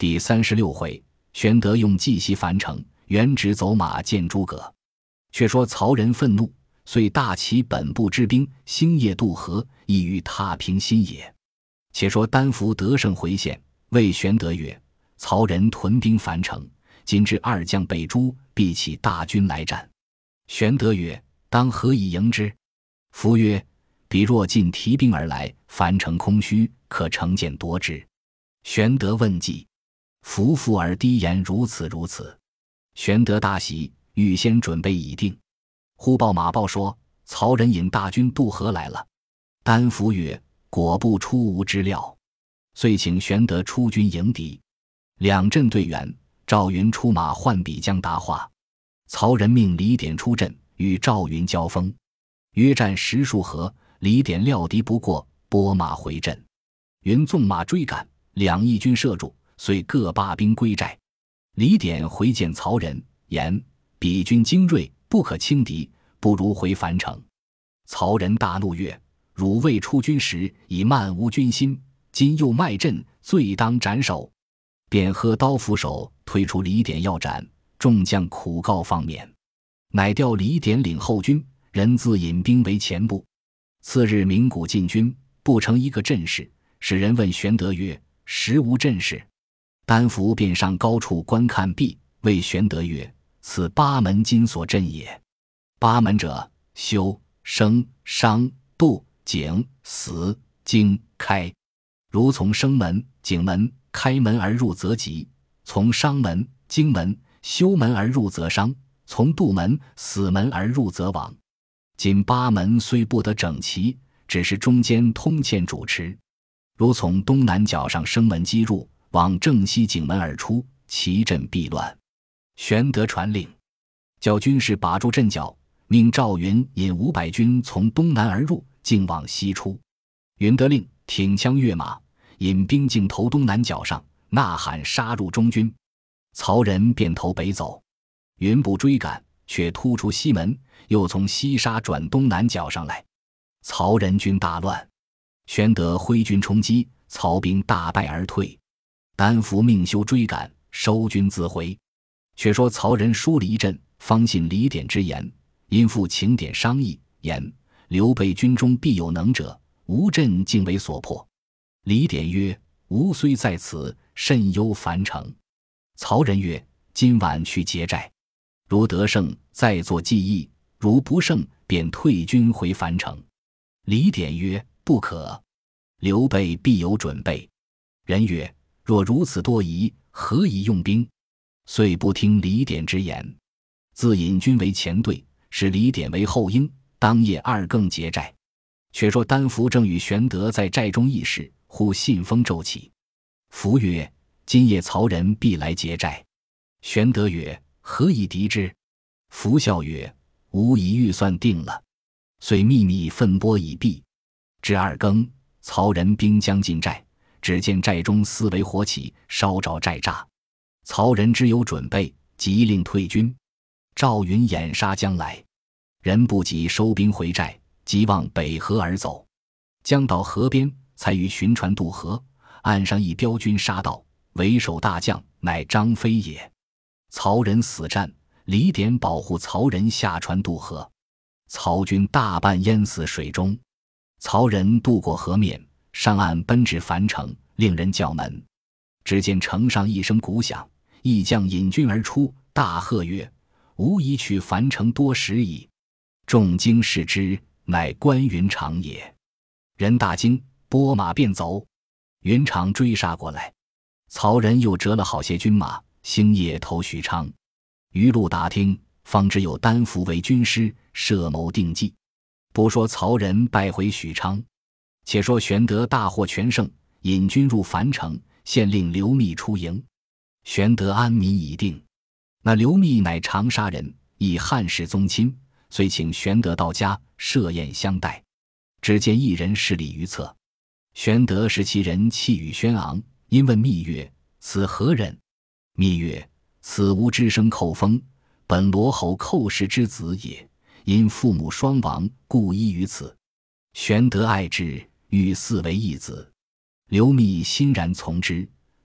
第36回，玄德用计袭樊城，元直走马见诸葛。却说曹仁愤怒，遂大起本部之兵，星夜渡河，意欲踏平新野。且说丹伏得胜回县，谓玄德曰：曹仁屯兵樊城，今至二将被诛，必起大军来战。玄德曰：当何以迎之？伏曰：彼若尽提兵而来，樊城空虚，可乘舰夺之。玄德问计，伏附耳低言如此如此。玄德大喜，预先准备已定。忽报马报说，曹仁引大军渡河来了。丹伏曰：果不出吾之料。遂请玄德出军迎敌。两阵对员，赵云出马换比将答话。曹仁命李典出阵，与赵云交锋，约战10数合，李典料敌不过，拨马回阵。云纵马追赶，两翼军射住，遂各罢兵归寨。李典回见曹仁，言：彼军精锐，不可轻敌，不如回樊城。曹仁大怒曰：汝未出军时已漫无军心，今又卖阵，罪当斩首。便喝刀斧手推出李典要斩，众将苦告放免。乃调李典领后军，人自引兵为前部。次日鸣鼓进军，不成一个阵势，使人问玄德曰：实无阵势？丹伏便上高处观看毕，谓玄德曰：此八门金锁阵也。八门者，修、生、伤、杜、景、死、惊、开。如从生门、景门、开门而入则吉，从伤门、惊门、修门而入则伤，从杜门、死门而入则亡。今八门虽不得整齐，只是中间通欠主持。如从东南角上生门击入，往正西景门而出，其阵必乱。玄德传令，叫军士把住阵脚，命赵云引500军从东南而入，径往西出。云得令，挺枪跃马，引兵径投东南角上，呐喊杀入中军。曹仁便投北走。云不追赶，却突出西门，又从西沙转东南角上来。曹仁军大乱。玄德挥军冲击，曹兵大败而退。丹伏命休追赶，收军自回。却说曹仁输了一阵，方信李典之言，因复请典商议，言刘备军中必有能者，吾阵竟为所迫。李典曰：吾虽在此，甚忧樊城。曹仁曰：今晚去劫寨，如得胜，再作计议；如不胜，便退军回樊城。李典曰：不可，刘备必有准备。人曰：若如此多疑，何以用兵？遂不听李典之言，自引军为前队，使李典为后应。当夜2更劫寨。却说丹伏正与玄德在寨中议事，忽信风骤起。伏曰：今夜曹仁必来劫寨。玄德曰：何以敌之？伏笑曰：吾已预算定了。遂秘密分拨已毕。至2更，曹仁兵将进寨，只见寨中四围火起，烧着寨栅。曹仁知有准备，即令退军。赵云掩杀将来，人不及收兵回寨，即往北河而走。将到河边，才与寻船渡河，岸上一标军杀到，为首大将乃张飞也。曹仁死战，李典保护曹仁下船渡河，曹军大半淹死水中。曹仁渡过河面，上岸奔至樊城，令人叫门。只见城上一声鼓响，义将引军而出，大喝曰：吾已取樊城多时矣。众惊视之，乃关云长也。人大惊，拨马便走。云长追杀过来，曹仁又折了好些军马，星夜投许昌。余路打听，方知有丹伏为军师，设谋定计。不说曹仁败回许昌，且说玄德大获全胜，引军入樊城，县令刘密出营。玄德安民已定。那刘密乃长沙人，亦汉室宗亲，遂请玄德到家设宴相待。只见一人侍立于侧。玄德视其人气宇轩昂，因问密曰：此何人？密曰：此吾之生寇封，本罗侯寇氏之子也，因父母双亡，故依于此。玄德爱之，欲嗣为义子。刘密欣然从之，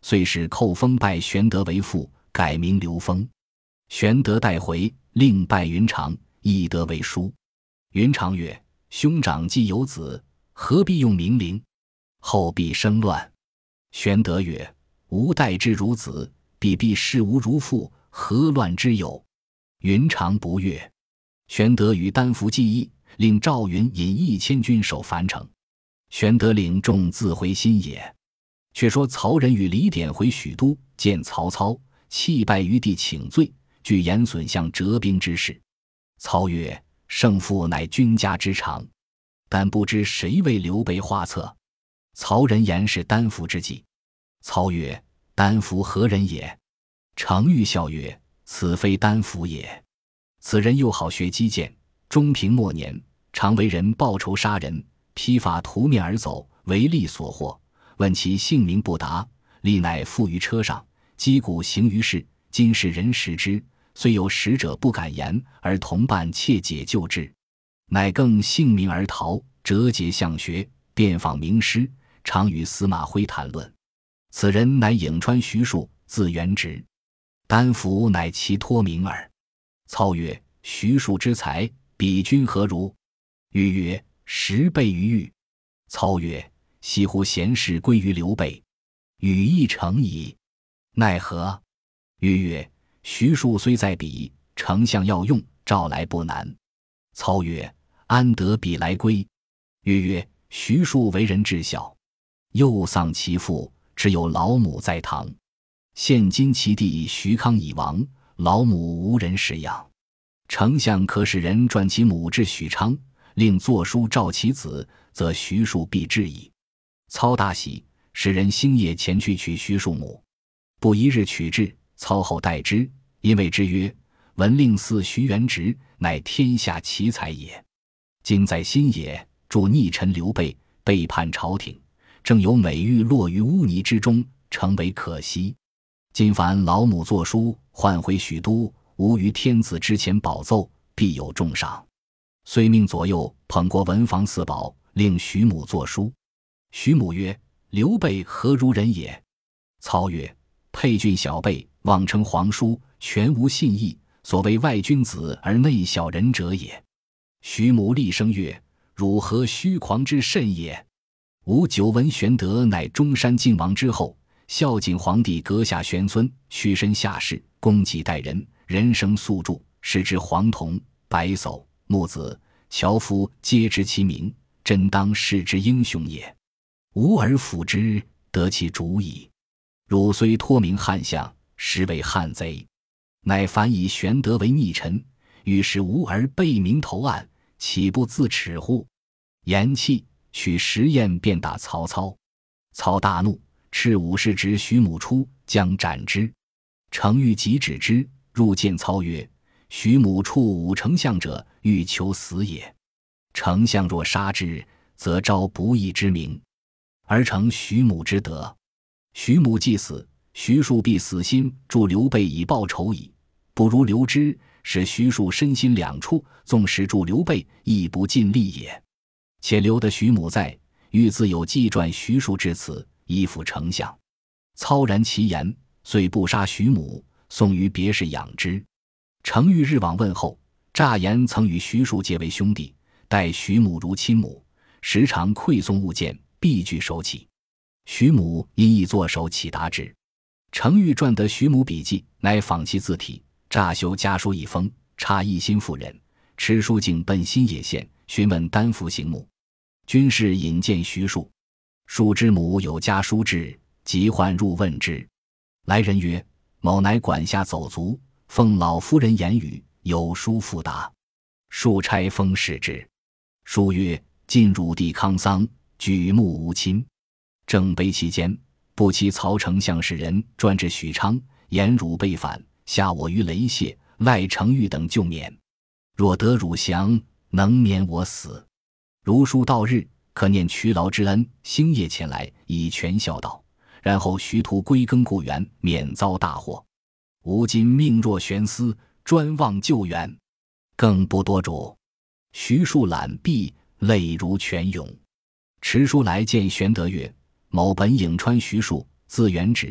遂使寇封拜玄德为父，改名刘封。玄德带回，令拜云长，亦得为叔。云长曰：兄长既有子，何必用名陵？后必生乱。玄德曰：吾待之如子，必视吾如父，何乱之有？云长不悦。玄德与丹伏计议，令赵云引1000军守樊城。玄德领众自回新野。却说曹仁与李典回许都，见曹操，泣拜于地请罪，具言损相折兵之事。操曰：胜负乃君家之常，但不知谁为刘备画策。曹仁言是丹伏之计。操曰：丹伏何人也？程昱笑曰：此非丹伏也。此人又好学击剑，中平末年，常为人报仇杀人，披发屠面而走，为利所获。问其姓名不答，力乃附于车上，击鼓行于市。今世人识之，虽有使者不敢言，而同伴窃解救之，乃更姓名而逃，折节相学，遍访名师，常与司马徽谈论。此人乃颍川徐庶，字元直。丹伏乃其托名耳。操曰：徐庶之才，比君何如？昱曰：10倍于玉。操曰：惜乎贤士归于刘备，羽亦成矣。奈何？昱曰：徐庶虽在彼，丞相要用，召来不难。操曰：安得彼来归？昱曰：徐庶为人至孝，幼丧其父，只有老母在堂。现今其弟徐康已亡，老母无人侍养。丞相可使人传其母至许昌，令作书召其子，则徐庶必至矣。操大喜，使人星夜前去取徐庶母。不一日取至，操后待之，因谓之曰：闻令嗣徐元直，乃天下奇才也。今在新野，助逆臣刘备，背叛朝廷，正有美玉落于污泥之中，诚为可惜。今凡老母作书唤回许都，吾于天子之前保奏，必有重赏。遂命左右捧过文房四宝，令徐母作书。徐母曰：刘备何如人也？操曰：沛郡小辈，妄称皇叔，全无信义，所谓外君子而内小人者也。徐母厉声曰：汝何虚狂之甚也？吾久闻玄德乃中山靖王之后，孝景皇帝阁下玄孙，屈身下士，供给待人，人生宿著，使之黄铜、白叟、木子、樵夫皆知其名，真当视之英雄也。吾而辅之，得其主矣。汝虽托名汉相，实为汉贼，乃反以玄德为逆臣，欲使吾而背名投案，岂不自耻乎？言讫，取石砚便打曹操。操大怒，斥武士执徐母出，将斩之。程昱即止之，入见操曰：徐母触武丞相者，欲求死也。丞相若杀之，则招不义之名，而成徐母之德。徐母既死，徐庶必死心助刘备以报仇矣，不如留之，使徐庶身心两处，纵使助刘备，亦不尽力也。且留得徐母在，欲自有纪传徐庶之词，以辅丞相。操然其言，遂不杀徐母，送于别室养之。程昱日往问候，诈言曾与徐庶结为兄弟，待徐母如亲母，时常馈送物件，必具手起。徐母因亦作手起答之。程昱撰得徐母笔记，乃仿其字体，诈修家书一封，插一心妇人，持书径奔新野县，询问丹伏行目。军士引荐徐庶，庶之母有家书至，即唤入问之。来人曰：某乃管辖走卒，奉老夫人言语，有书复答。庶差封视之。书曰：晋汝帝康丧，举目无亲。正悲期间，不期曹丞相使人传至许昌，言汝被反，下我于雷泄，赖程昱等救免。若得汝降，能免我死。如书到日，可念劬劳之恩，星夜前来，以全孝道，然后徐图归耕故园，免遭大祸。吾今命若悬丝，专望救援，更不多嘱。徐庶览毕，泪如泉涌。持书来见玄德曰：某本颍川徐庶，字元直，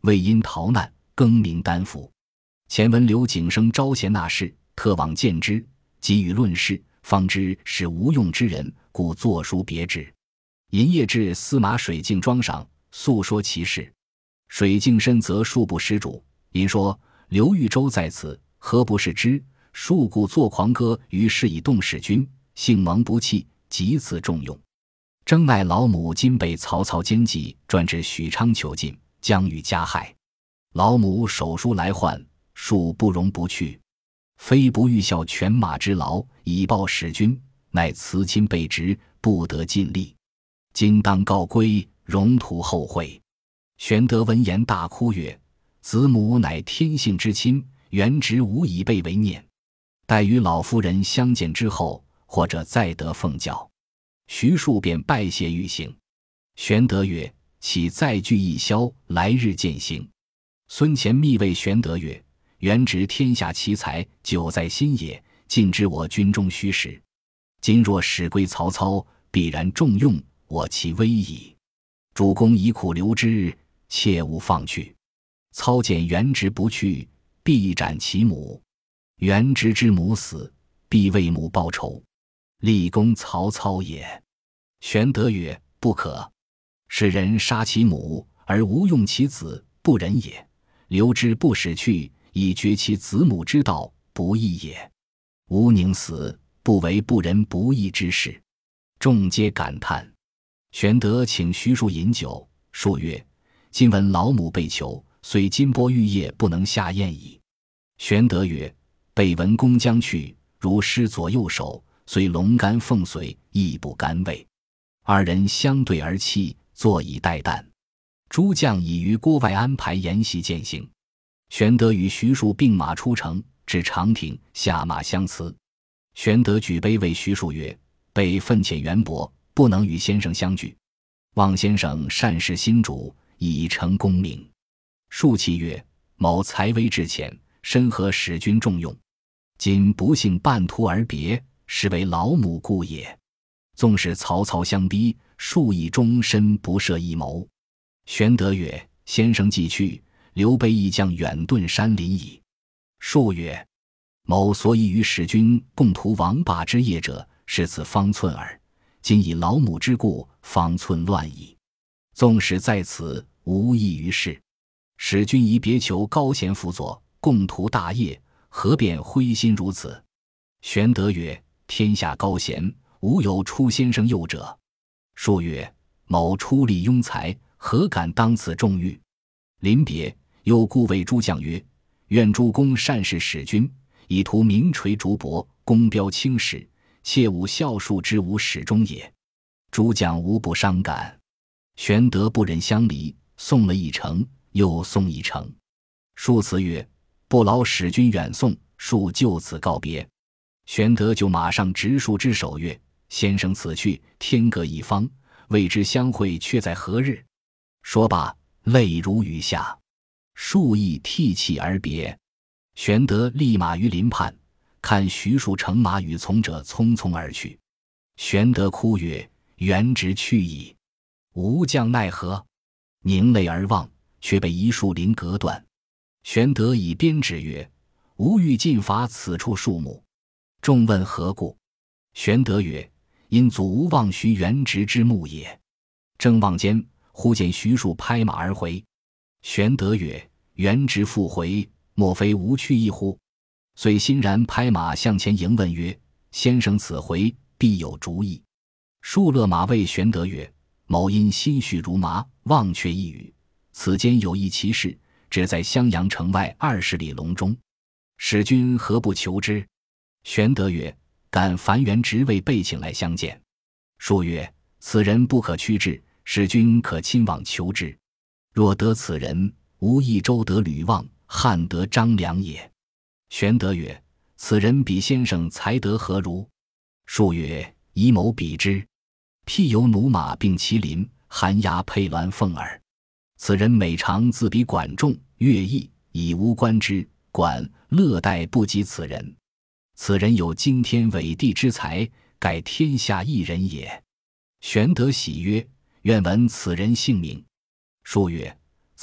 为因逃难，更名担负。前闻刘景升招贤纳士，特往见之，给予论事，方知是无用之人，故作书别之。寅夜至司马水镜庄上，诉说其事。水镜深责数部施主，因说刘豫州在此，何不视之？数故作狂歌，于是以动使君，幸蒙不弃，即此重用。征奈老母今被曹操奸计，转至许昌囚禁，将予加害。老母手书来唤，恕不容不去，非不欲效犬马之劳，以报使君，乃辞亲被职，不得尽力。今当告归，容图后会。玄德闻言大哭曰：子母乃天性之亲，原职无以备为念。待与老夫人相见之后，或者再得奉教。徐庶便拜谢欲行。玄德曰：岂再聚一宵，来日践行。孙乾密谓玄德曰：原值天下奇才，久在心也，尽知我军中虚实。今若使归曹操，必然重用，我其威矣。主公以苦留之，切勿放去。操见原直不去，必斩其母。原直之母死，必为母报仇，立功曹操也。玄德曰：不可。是人杀其母，而无用其子，不仁也。留之不使去，以绝其子母之道，不义也。吾宁死，不为不仁不义之事。众皆感叹。玄德请徐庶饮酒，庶曰：今闻老母被囚，虽金波玉叶，不能下咽矣。玄德曰：备闻公将去，如失左右手，虽龙肝凤髓，亦不甘味。二人相对而泣，坐以待旦。诸将已于郭外安排筵席饯行。玄德与徐庶并马出城，至长亭，下马相辞。玄德举杯为徐庶曰：备愤浅渊博，不能与先生相聚，望先生善事新主，以成功名。庶泣曰：某才微志浅，深合使君重用，今不幸半途而别，实为老母故也。纵使曹操相逼，庶亦终身不涉一谋。玄德曰：先生既去，刘备亦将远遁山林矣。庶曰：某所以与使君共图王霸之业者，是此方寸耳。今以老母之故，方寸乱矣。纵使在此，无益于事。使君宜别求高贤辅佐，共图大业，何便灰心如此？玄德曰：天下高贤，无有出先生右者。庶曰：某出力庸才，何敢当此重誉？临别，又故谓诸将曰：愿诸公善事使君，以图名垂竹帛，功标青史，切勿孝恕之无始终也。诸将无不伤感。玄德不忍相离，送了一程，又送一程。庶辞曰：不劳使君远送，庶就此告别。玄德就马上执庶之手曰：先生此去，天各一方，未知相会却在何日？说罢，泪如雨下。庶亦涕泣而别。玄德立马于林畔，看徐庶乘马与从者匆匆而去。玄德哭曰：原直去矣，吾将奈何？凝泪而望，却被一树林隔断。玄德以鞭指曰：吾欲尽伐此处树木。众问何故？玄德曰：因祖无忘徐原直之墓也。正望间，忽见徐庶拍马而回。玄德曰：原直复回，莫非无去意乎？遂欣然拍马向前迎问曰：先生此回必有主意。庶勒马谓玄德曰：某因心绪如麻，忘却一语，此间有一奇事，只在襄阳城外20里隆中，使君何不求之？玄德曰：敢樊原直为备请来相见。庶曰：此人不可屈至，使君可亲往求之。若得此人，吾益州得吕望，汉得张良也。玄德曰：此人比先生才德何如？庶曰：以某比之，譬有驽马并麒麟，寒鸦配鸾凤耳。此人每常自比管仲、乐毅，以无官之，管乐待不及此人。此人有惊天伟地之才，盖天下一人也。玄德喜曰：愿闻此人姓名。庶曰：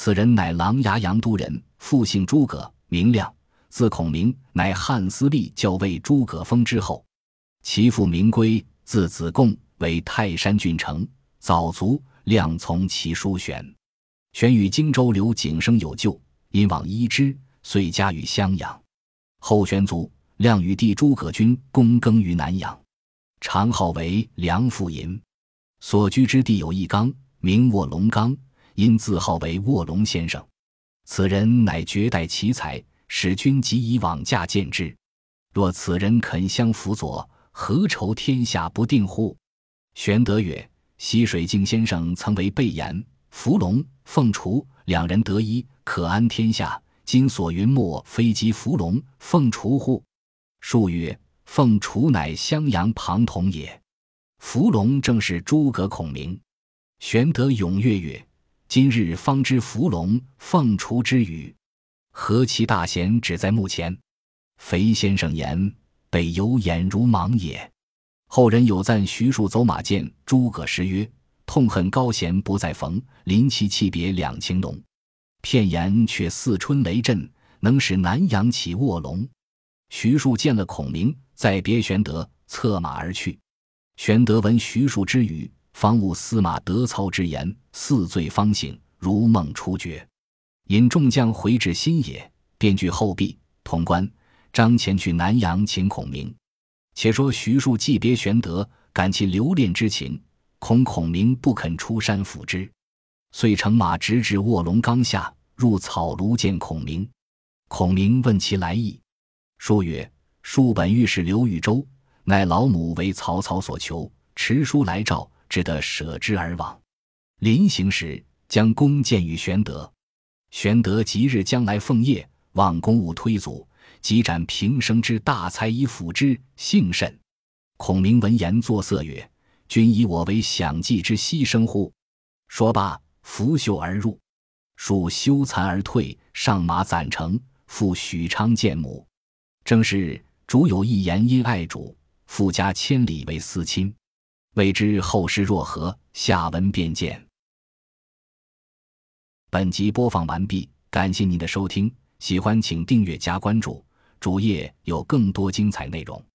此人乃琅琊阳都人，复姓诸葛，名亮，字孔明，乃汉司隶校尉诸葛丰之后。其父名归，字子贡，为泰山郡丞，早卒，亮从其叔玄。玄与荆州刘景生有旧，因往依之，遂加于襄阳。后玄卒，亮与弟诸葛均躬耕于南阳，常号为梁父吟。所居之地有一冈，名卧龙冈，因自号为卧龙先生。此人乃绝代奇才，使君即以往驾见之。若此人肯相辅佐，何愁天下不定乎？玄德曰：溪水镜先生曾为备言，伏龙、凤雏两人得一，可安天下。今所云莫非即伏龙、凤雏乎？述曰：凤雏乃襄阳庞统也，伏龙正是诸葛孔明。玄德踊跃曰：今日方知伏龙、凤雏之语，何其大贤只在目前？肥先生言，备有眼如盲也。后人有赞徐庶走马见诸葛时曰：痛恨高贤不再逢，临其泣别两情浓。片言却似春雷震，能使南阳起卧龙。徐庶见了孔明，再别玄德，策马而去。玄德闻徐庶之语，方悟司马德操之言，似醉方醒，如梦初觉。引众将回至新野，便据后壁、潼关、张前去南阳请孔明。且说徐庶既别玄德，感其留恋之情，恐孔明不肯出山辅之，遂乘马直至卧龙冈下，入草庐见孔明。孔明问其来意，书曰：庶本欲使刘豫州，乃老母为曹操所求，持书来召，只得舍之而往。临行时，将弓箭与玄德。玄德即日将来奉业，望公务推阻，即斩平生之大才以辅之，幸甚。孔明闻言作色曰：君以我为享祭之牺牲乎？说罢，拂袖而入。庶羞惭而退，上马攒城，赴许昌见母。正是主有一言因爱主，富家千里为私亲。未知后事若何，下文便见。本集播放完毕，感谢您的收听，喜欢请订阅加关注，主页有更多精彩内容。